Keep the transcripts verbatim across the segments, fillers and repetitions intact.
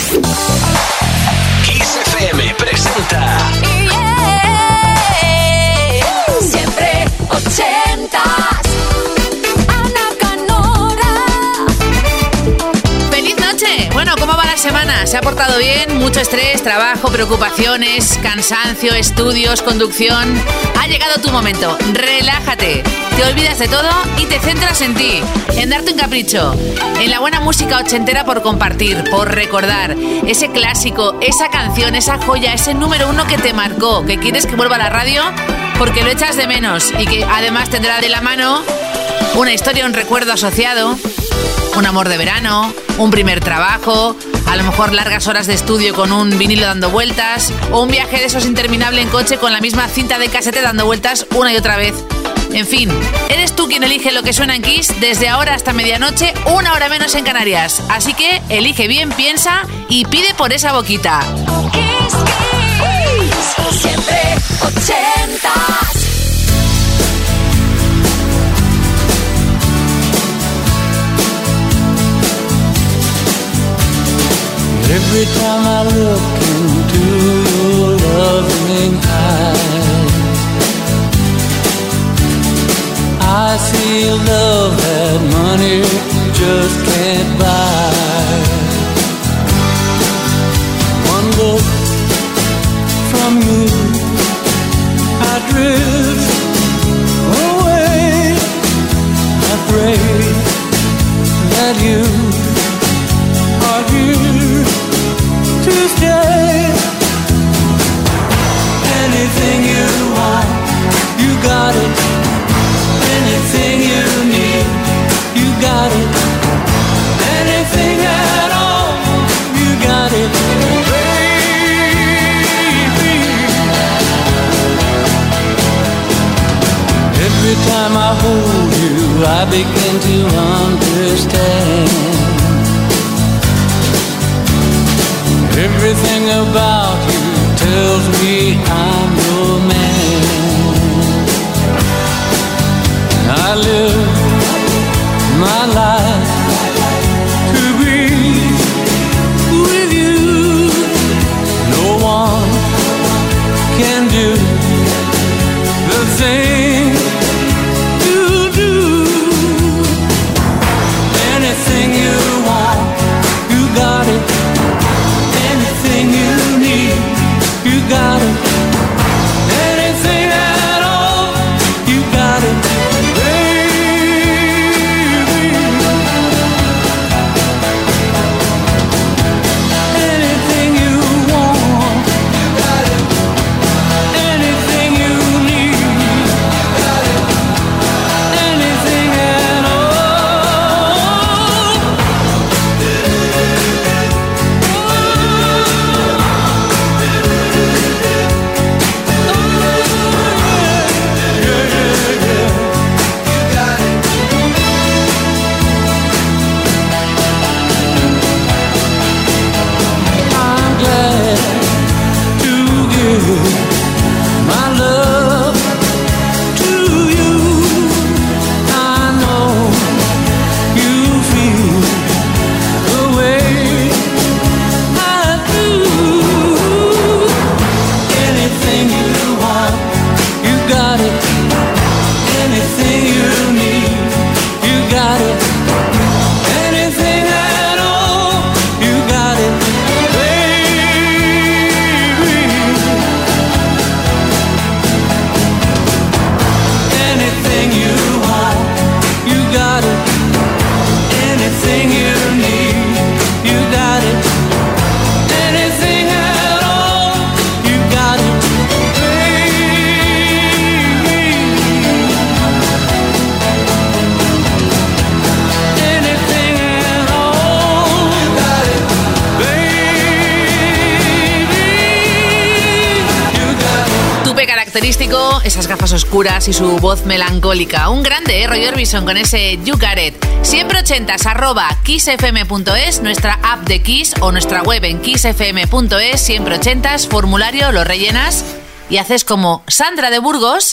Kiss F M presenta yeah, siempre ochentas. Ana Canora. ¡Feliz noche! Bueno, ¿cómo va la semana? ¿Se ha portado bien? Mucho estrés, trabajo, preocupaciones, cansancio, estudios, conducción. Ha llegado tu momento. Relájate. Te olvidas de todo y te centras en ti, en darte un capricho, en la buena música ochentera por compartir, por recordar, ese clásico, esa canción, esa joya, ese número uno que te marcó, que quieres que vuelva a la radio porque lo echas de menos y que además tendrá de la mano una historia, un recuerdo asociado, un amor de verano, un primer trabajo, a lo mejor largas horas de estudio con un vinilo dando vueltas o un viaje de esos interminable en coche con la misma cinta de casete dando vueltas una y otra vez. En fin, eres tú quien elige lo que suena en Kiss desde ahora hasta medianoche, una hora menos en Canarias. Así que elige bien, piensa y pide por esa boquita. Kiss, Kiss, siempre ochentas. Every time I look into your loving eyes, I see a love that money just can't buy. One look from you, I drift away. I pray that you are here to stay. Anything you want, you got it. Anything you need, you got it. Anything at all, you got it, baby. Every time I hold you, I begin to understand. Everything about you tells me I'm your man. I live my life to be with you. No one can do the thing you do. Anything you want, you got it. Anything you need, you got it. Anything at all, you got it. Característico, esas gafas oscuras y su voz melancólica. Un grande, ¿eh? Roy Orbison con ese You Got It. Siempre ochentas, arroba kissfm punto es, nuestra app de Kiss o nuestra web en kissfm punto es, siempre ochentas, formulario, lo rellenas y haces como Sandra de Burgos,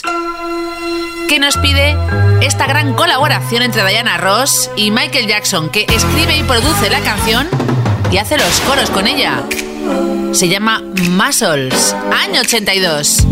que nos pide esta gran colaboración entre Diana Ross y Michael Jackson, que escribe y produce la canción y hace los coros con ella. Se llama Muscles, año ochenta y dos.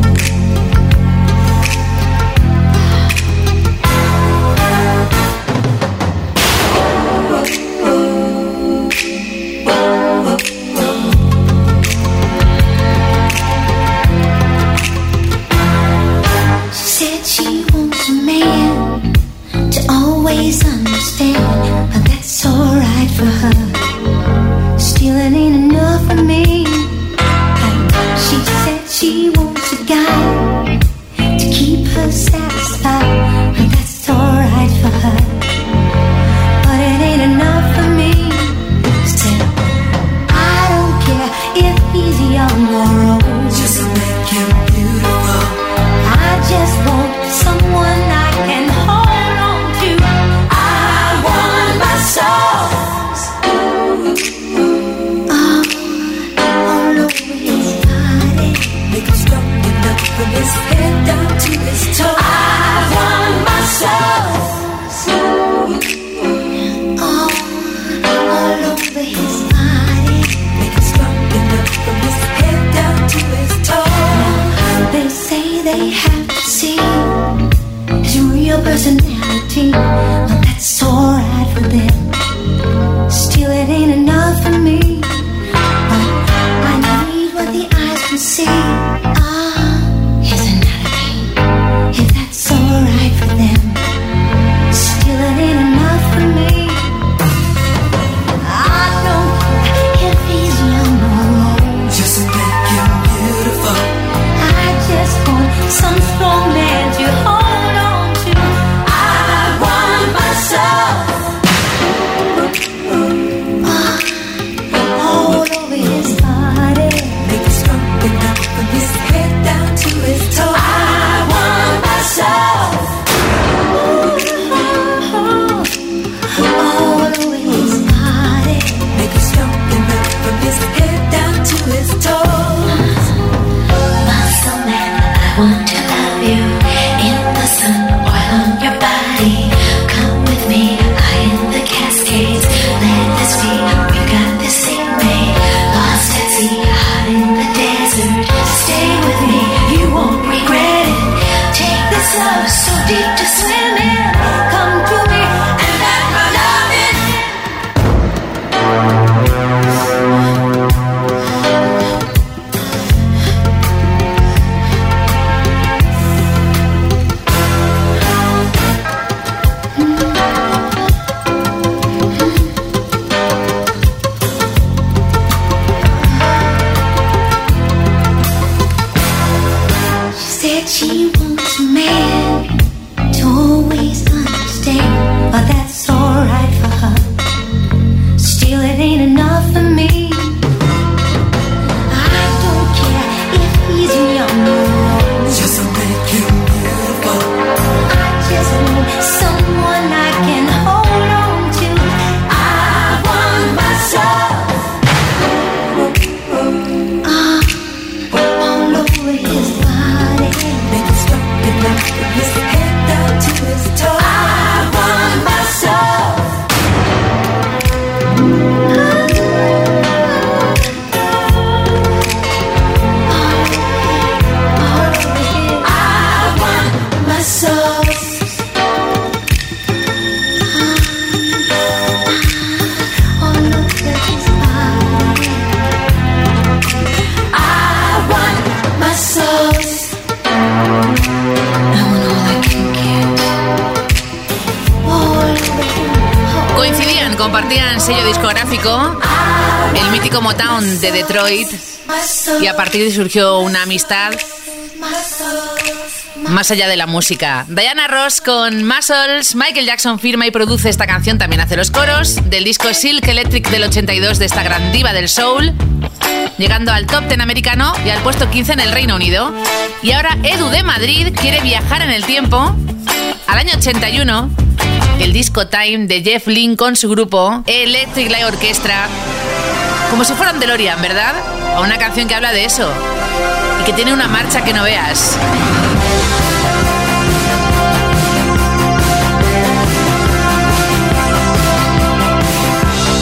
Compartían sello discográfico, el mítico Motown de Detroit, y a partir de ahí surgió una amistad más allá de la música. Diana Ross con Muscles. Michael Jackson firma y produce esta canción, también hace los coros, del disco Silk Electric del ochenta y dos de esta gran diva del soul, llegando al top diez americano y al puesto quince en el Reino Unido. Y ahora Edu de Madrid quiere viajar en el tiempo al año ochenta y uno, el disco Time de Jeff Lynne con su grupo Electric Light Orchestra, como si fuera un DeLorean, ¿verdad? O una canción que habla de eso y que tiene una marcha que no veas. The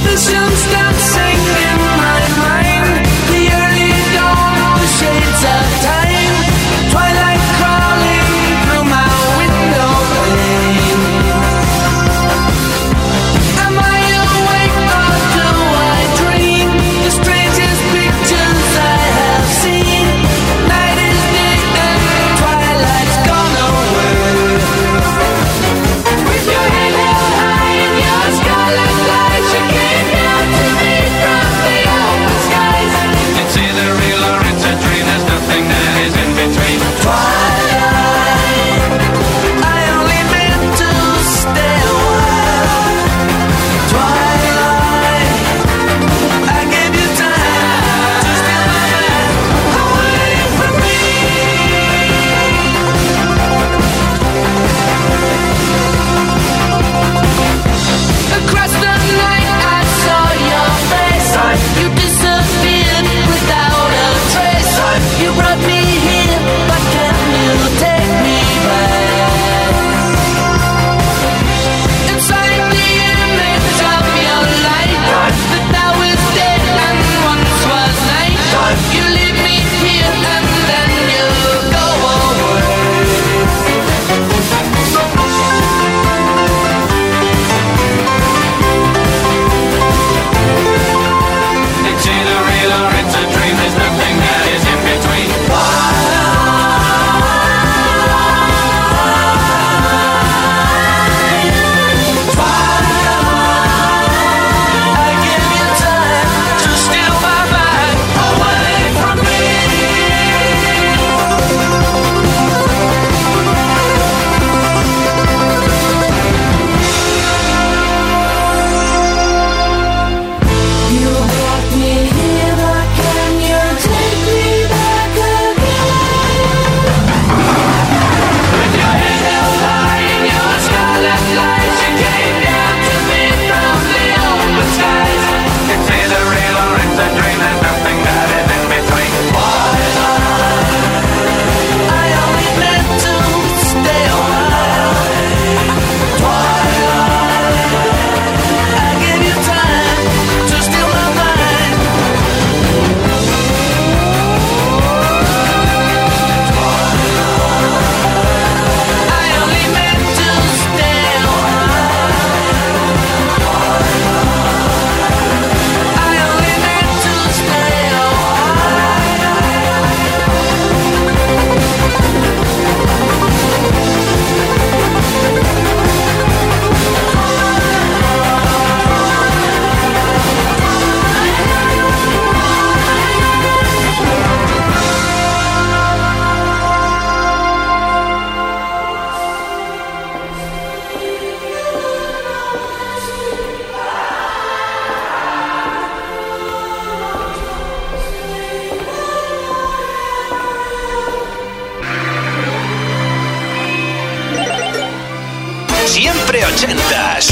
Siempre ochentas.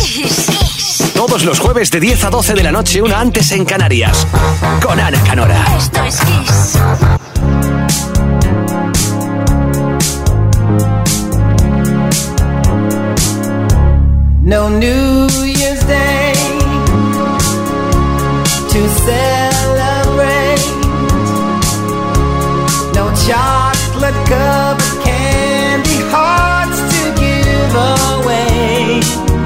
Todos los jueves de diez a doce de la noche, una antes en Canarias. Con Ana Canora. Esto es Kiss. No New Year's Day to celebrate. No chocolate covered candy hearts to give away.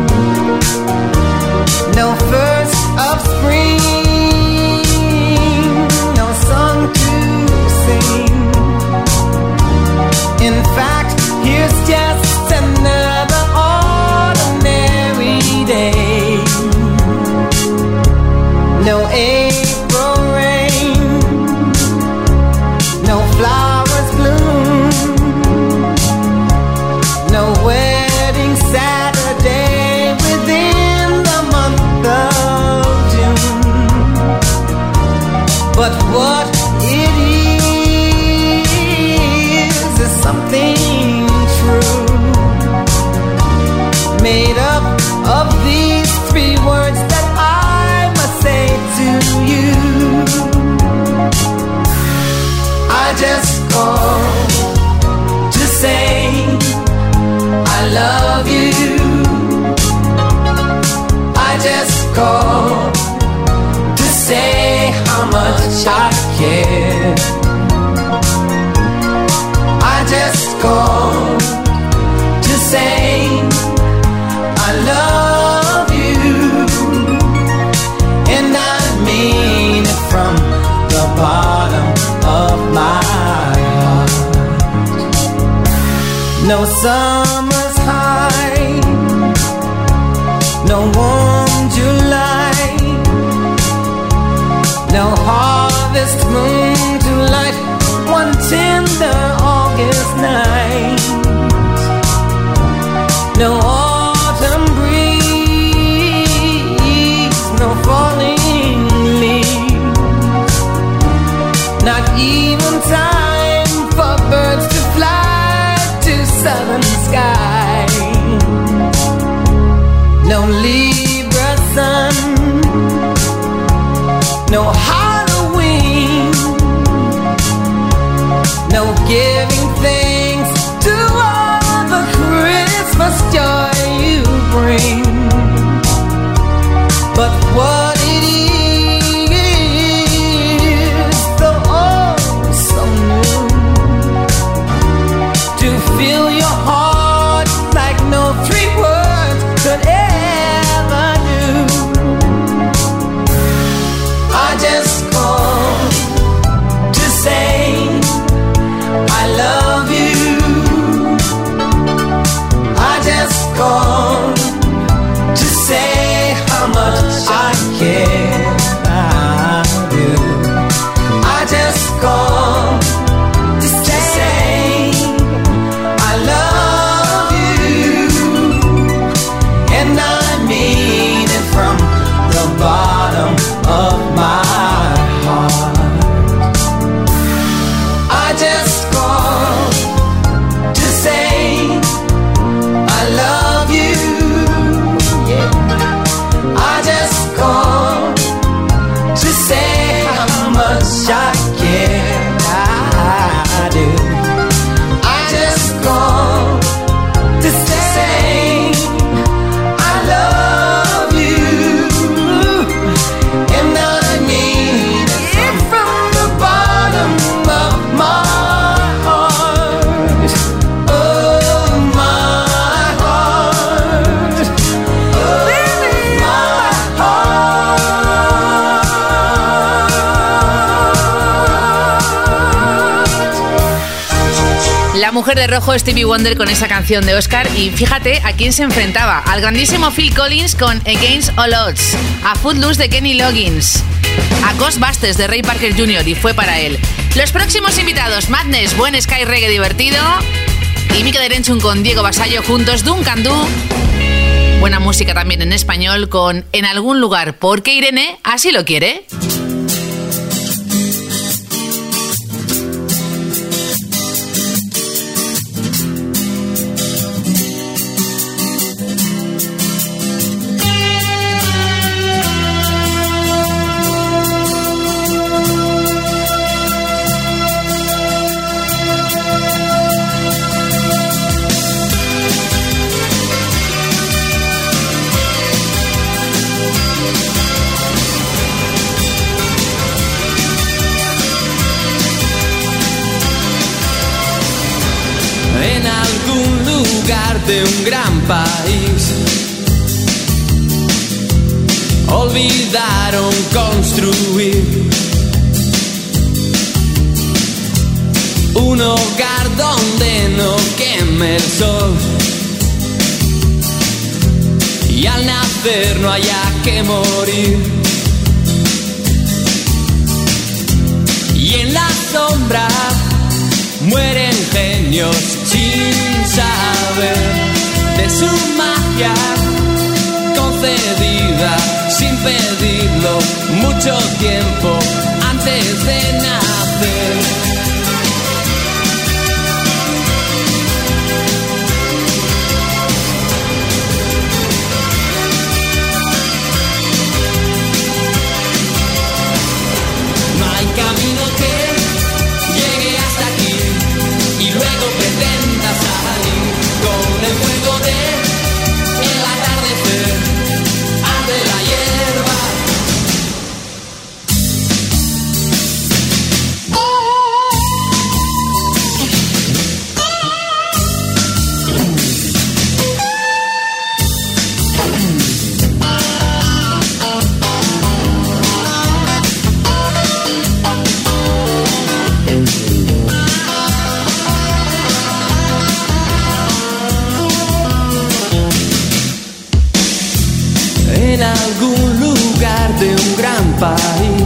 No first of spring, no song to sing. In fact, here's just another ordinary day. No April rain, no flowers bloom, no wedding Saturday within the month of June. But what it is is something true, made up of these three words that I must say to you. much I care. I just called to say I love you, and I mean it from the bottom of my heart. No summer's high, no warm July, no harvest moon to light one tender August night, no autumn breeze, no falling leaves, not even time for birds to fly to southern skies, no Libra sun, no Halloween, no giving thanks to all the Christmas joy you bring. But what it is, though oh so new, to fill your heart like no three words could ever do. I just called to say I love you. I just called to say how much I care. I do. I just called to say I love you, and I mean it from the bottom of my heart. I just called to say I love you, yeah. I just called to say how much I care. I do. I just called to say I love you, and I mean it from the bottom of my heart. Oh, my heart. Oh, my heart. La mujer de rojo, Stevie Wonder, con esa canción de Oscar. Y fíjate a quién se enfrentaba. Al grandísimo Phil Collins con Against All Odds, a Footloose de Kenny Loggins, a Ghostbusters de Ray Parker junior Y fue para él. Los próximos invitados: Madness, buen Sky Reggae divertido, y Mikel Erenchun con Diego Basallo juntos, Duncan Du. Buena música también en español con En algún lugar, porque Irene así lo quiere. De un gran país olvidaron construir un hogar donde no queme el sol y al nacer no haya que morir, y en la sombra mueren genios sin saber de su magia concedida sin pedirlo mucho tiempo antes de nacer. No hay camino que llegue hasta aquí y luego pretenda salir con el fuego de el atardecer, arde la hierba.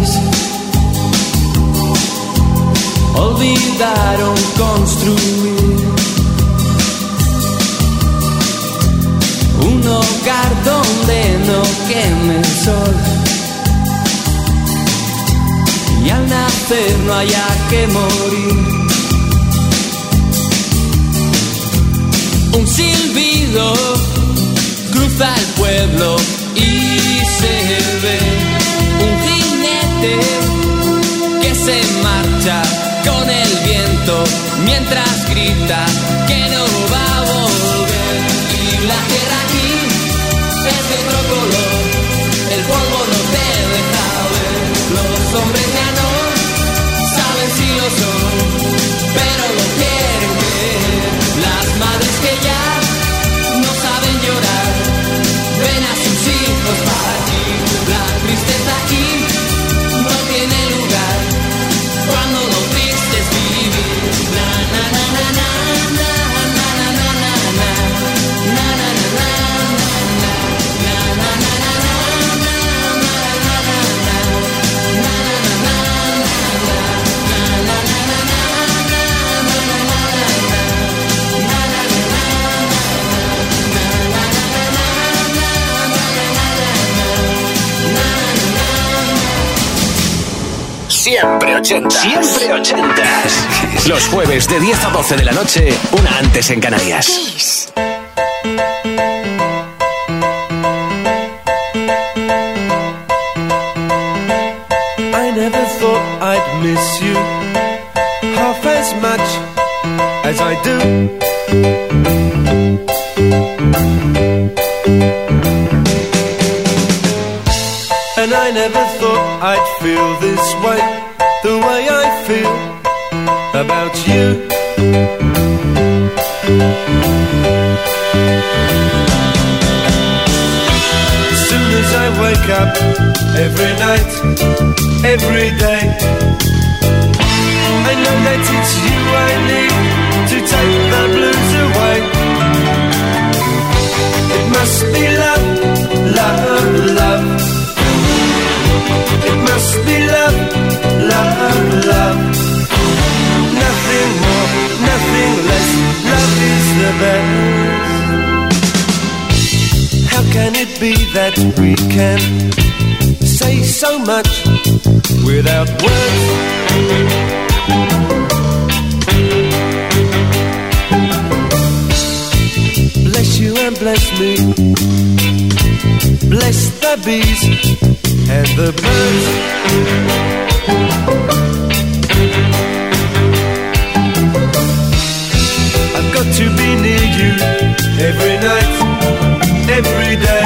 país. Olvidaron construir un hogar donde no queme el sol y al nacer no haya que morir. Un silbido cruza el pueblo y se ve un jinete que se marcha con el viento mientras grita que no va a volver. Y la tierra aquí es de otro color, el polvo no te deja ver. Los hombres ya no saben si lo son, pero lo quieren ver. Las madres que ya no saben llorar ven a sus hijos partir. La tristeza aquí no tiene lugar cuando lo triste es vivir. Na na na na na na na na na na na na na na na Siempre ochentas. Siempre ochentas. Los jueves de diez a doce de la noche, una antes en Canarias. Kiss. I never thought I'd miss you half as much as I do. And I never thought I'd feel this way, the way I feel about you. As soon as I wake up, every night, every day, I know that it's you I need to take the blues away. It must be love, love, love. It must be love, love, love. Nothing more, nothing less. Love is the best. How can it be that we can say so much without words? Bless you and bless me. Bless the bees and the birds. I've got to be near you every night, every day.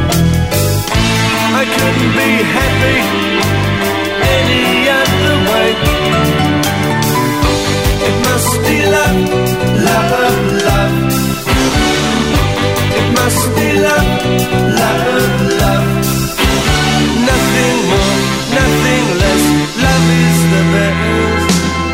I couldn't be happy any other way. It must be love, love, love. It must be love, love, love. Nothing more, nothing less. Love is the best.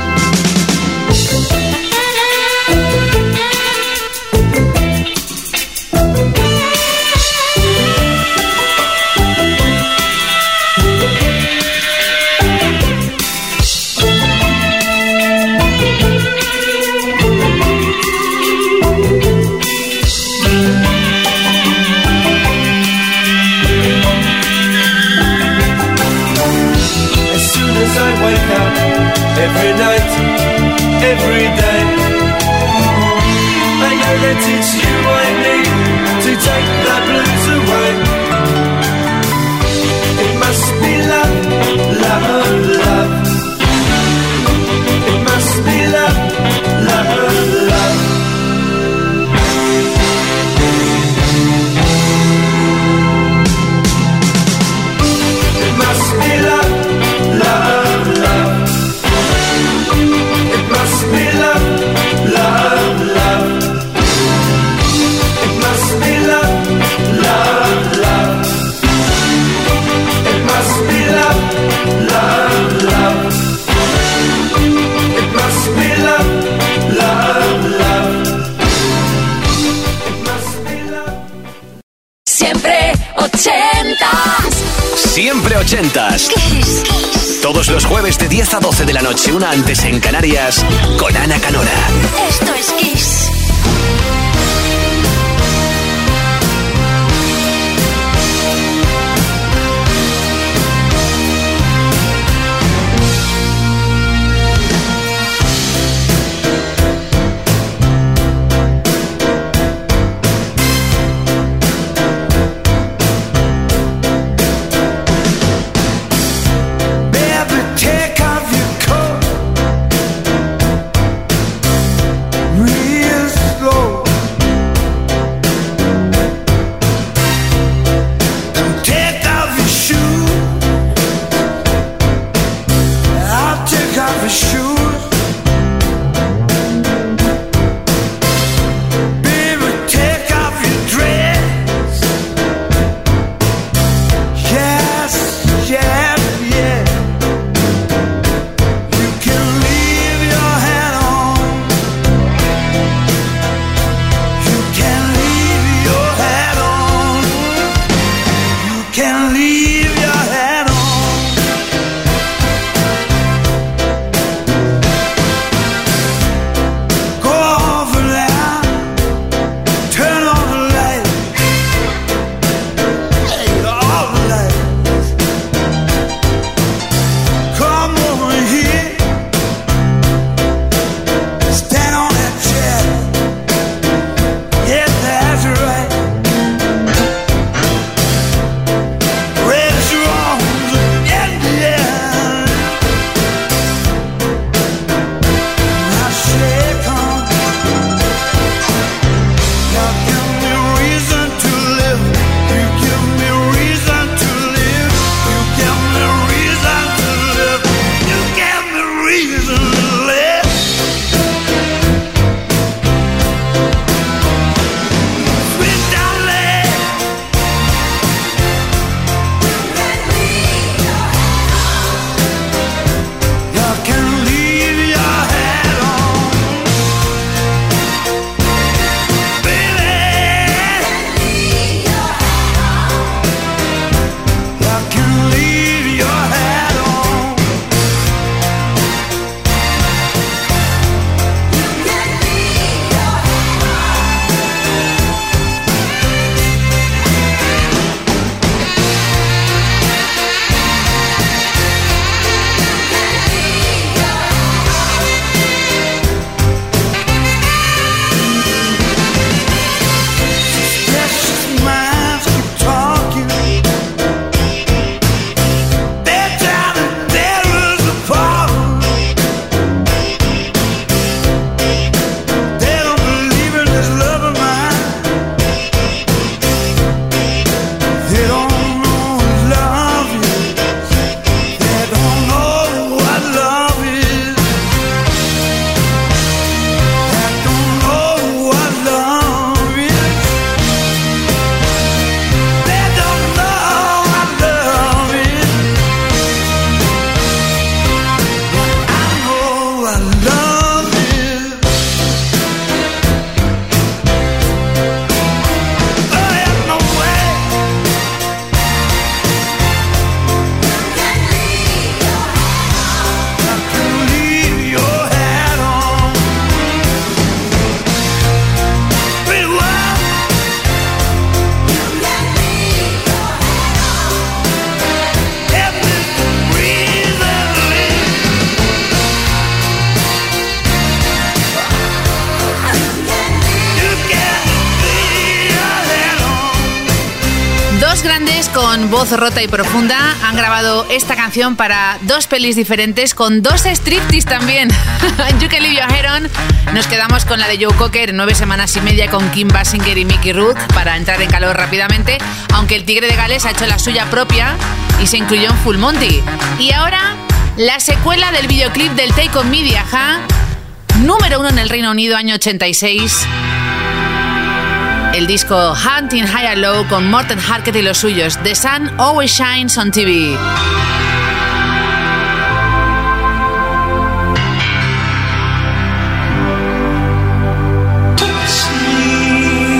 Every night, every day, I know that it's you I need to take the blues away. It must be love, love, love. It must be love, love, love. It must be love, love, love. It must be love, love, love. It must be love, love, love. It must be Siempre ochentas. Kiss. Kiss. Todos los jueves de diez a doce de la noche, una antes en Canarias, con Ana Canora. Esto es Kiss. Con voz rota y profunda han grabado esta canción para dos pelis diferentes con dos striptease también. You Can Leave Your Hair On. Nos quedamos con la de Joe Cocker, nueve semanas y media con Kim Basinger y Mickey Rourke para entrar en calor rápidamente, aunque el Tigre de Gales ha hecho la suya propia y se incluyó en Full Monty. Y ahora la secuela del videoclip del Take On Me de A-ha, número uno en el Reino Unido, año ochenta y seis. El disco Hunting High and Low con Morten Harket y los suyos. The Sun Always Shines on T V.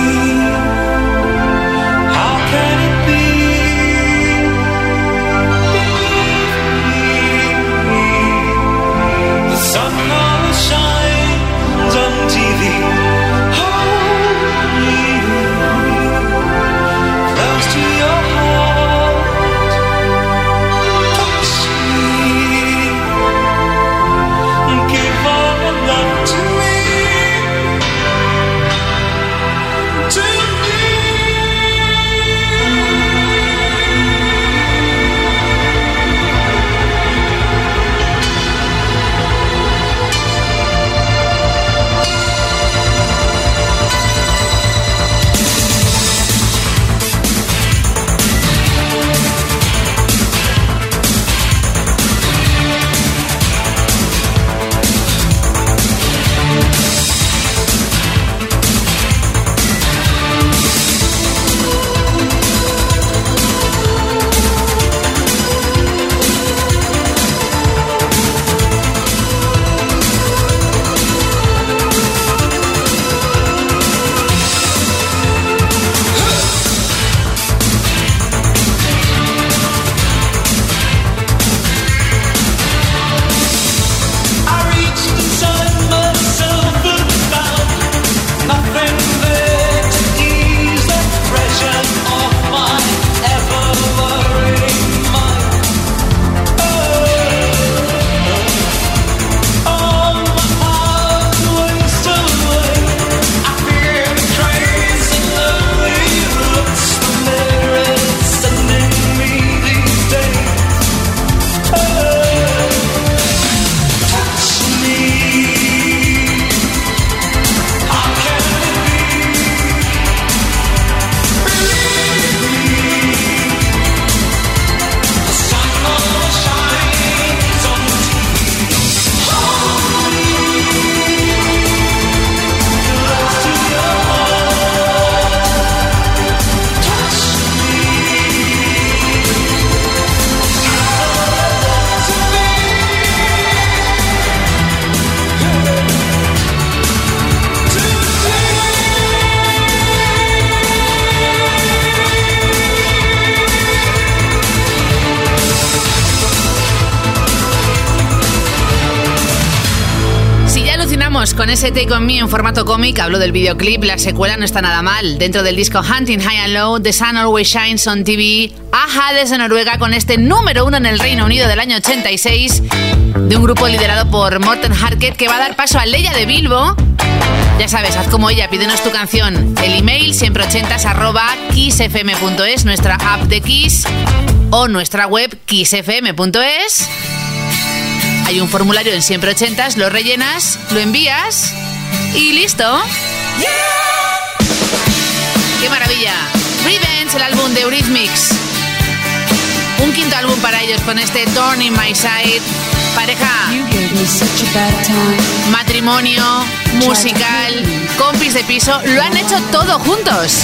How can it be? vamos con ese Take On Me en formato cómic. Hablo del videoclip, la secuela no está nada mal. Dentro del disco Hunting High and Low, The Sun Always Shines on T V, Aja desde Noruega con este número uno en el Reino Unido del año ochenta y seis, de un grupo liderado por Morten Harket, que va a dar paso a Leia de Bilbo. Ya sabes, haz como ella, pídenos tu canción. El email siempre ochentas arroba kissfm punto es, nuestra app de Kiss o nuestra web kissfm punto es. Hay un formulario en siempre ochentas, lo rellenas, lo envías y listo. Yeah. ¡Qué maravilla! Revenge, el álbum de Eurythmics. Un quinto álbum para ellos con este Thorn in My Side. Pareja, matrimonio, musical, compis de piso, lo han hecho todo juntos.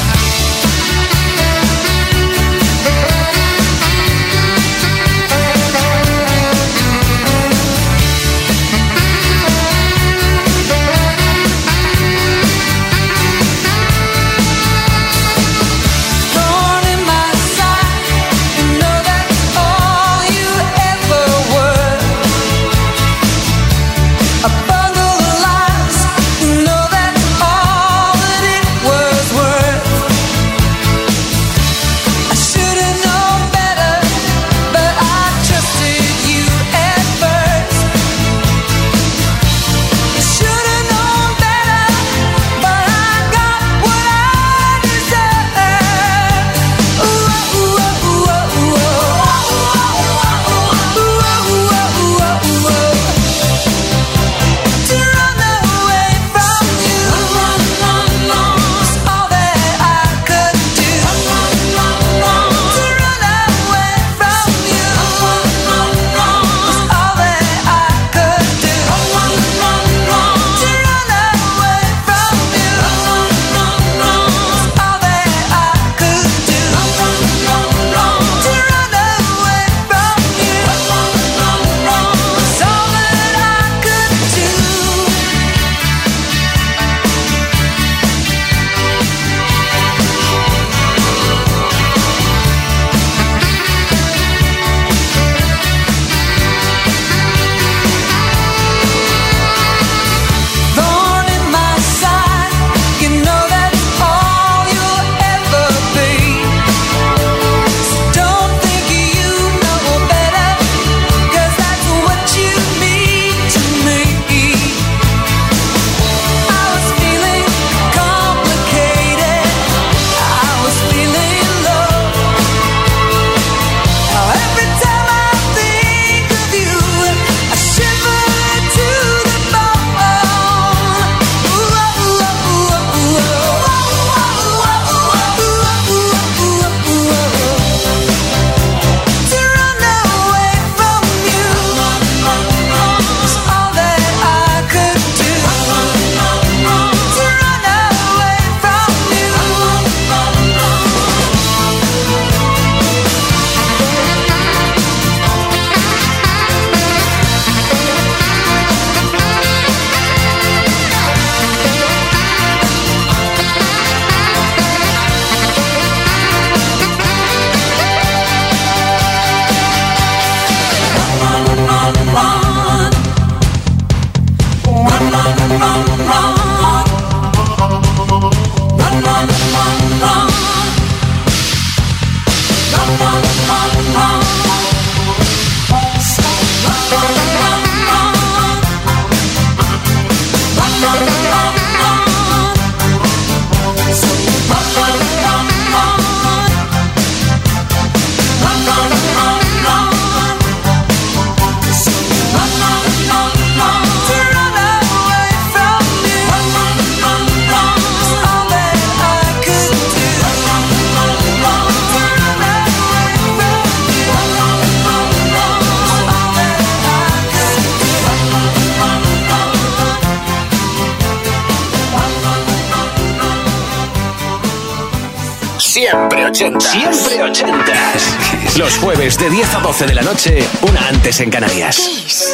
Siempre ochentas. Siempre ochentas. Los jueves de diez a doce de la noche, una antes en Canarias. Kiss.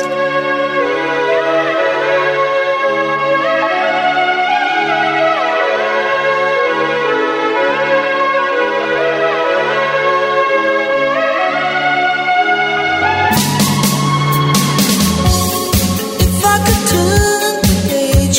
If I could turn the page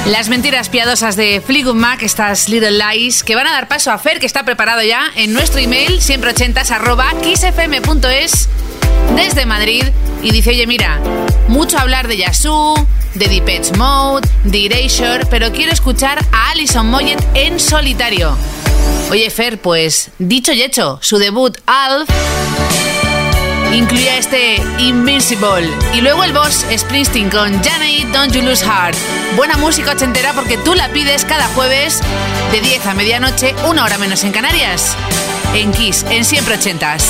Las mentiras piadosas de Fleetwood Mac, estas Little Lies, que van a dar paso a Fer, que está preparado ya en nuestro email, siempre ochentas arroba kissfm punto es, desde Madrid, y dice, oye, mira, mucho hablar de Yazoo, de Depeche Mode, de Erasure, pero quiero escuchar a Alison Moyet en solitario. Oye, Fer, pues, dicho y hecho, su debut, Alf, incluía este Invincible. Y luego el boss, Springsteen con Janet, Don't You Lose Heart. Buena música ochentera porque tú la pides cada jueves de diez a medianoche, una hora menos en Canarias. En Kiss, en Siempre Ochentas.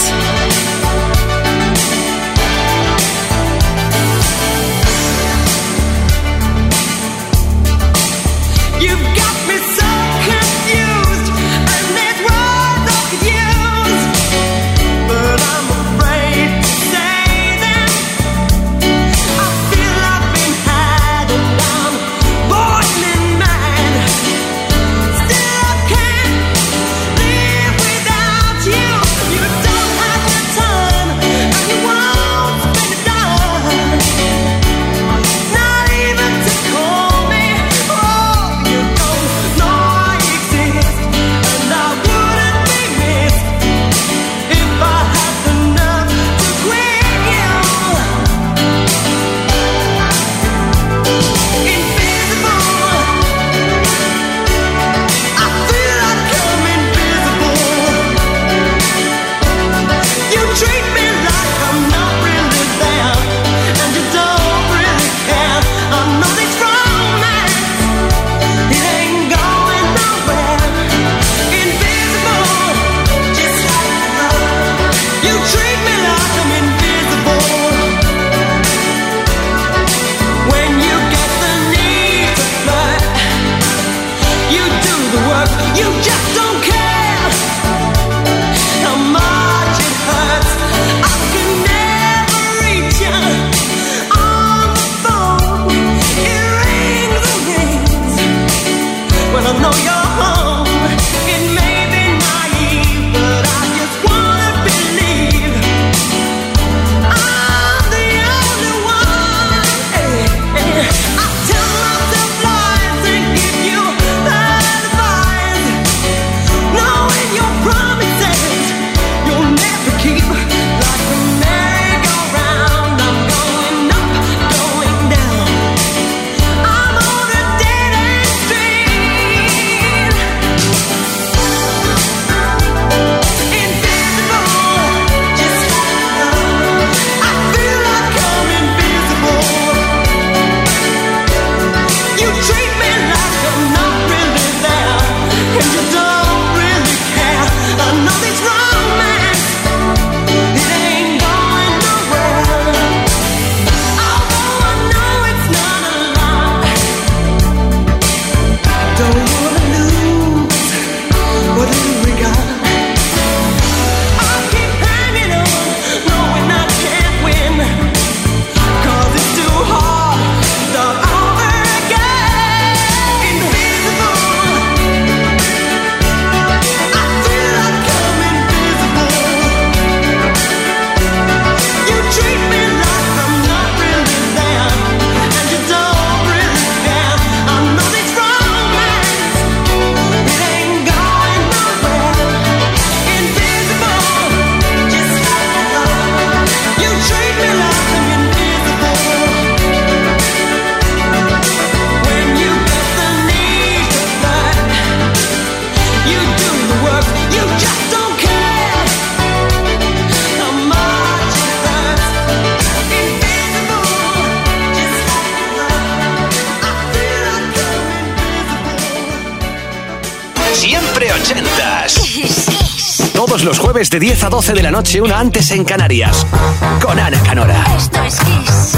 Todos los jueves de diez a doce de la noche, una antes en Canarias, con Ana Canora. Esto es Kiss.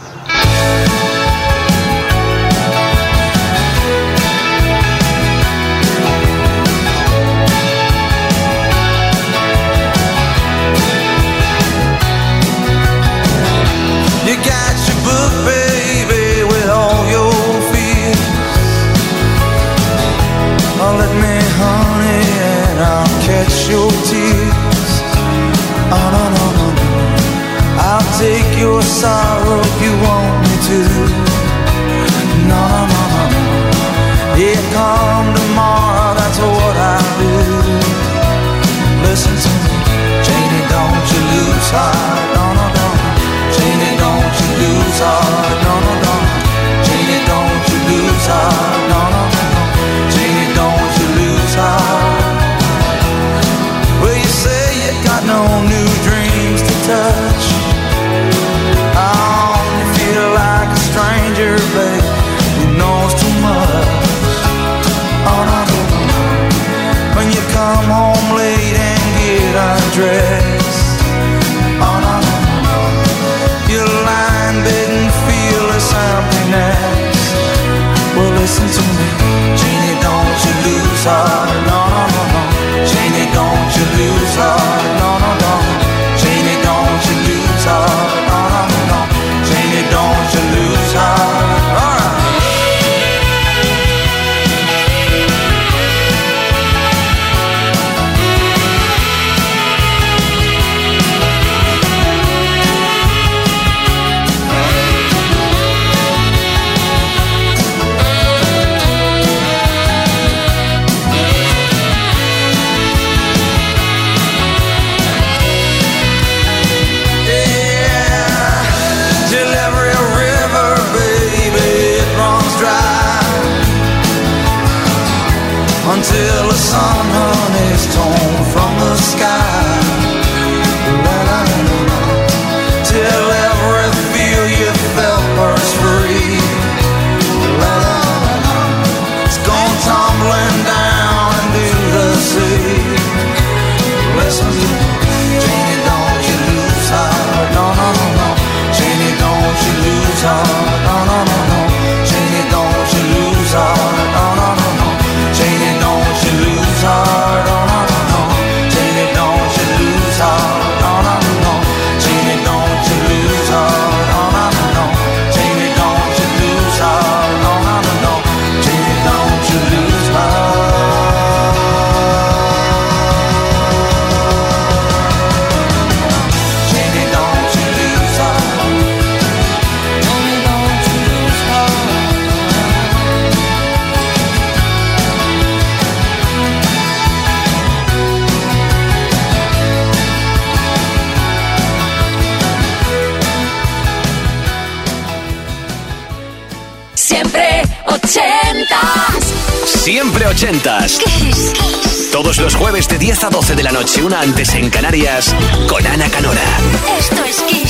You got your book, baby, with all your fears. Oh, let me, honey, and I'll catch your tears. Oh, no, no, no, no. I'll take your sorrow if you want me to. No, no, no, no, no. heart. No, no, no, no. Janie, don't you lose heart. No, no, no. Janie, don't you lose heart. No, no, no, no. Janie, don't you lose heart. All right. Until the sun, honey, is torn from the sky. La, la, la, la. Till every feel you felt burst free. La, la, la, la. It's gone tumbling down into the sea. Listen, Janie, don't you lose heart. No, no, no, no. Janie, don't you lose heart. No, no, no, no. Janie, don't you lose heart. No, no, no, no. Janie, don't you lose heart, oh no, no, no. Janie, don't you lose heart, oh no, no, no. Janie, don't you lose heart, oh no, no, no. Janie, don't you lose heart, oh no, no, no. Janie, don't you lose heart. Janie, don't you lose heart. Janie, don't you lose heart. Siempre ochentas. Siempre ochentas. Kiss, Kiss. Todos los jueves de diez a doce de la noche, una antes en Canarias, con Ana Canora. Esto es Kiss.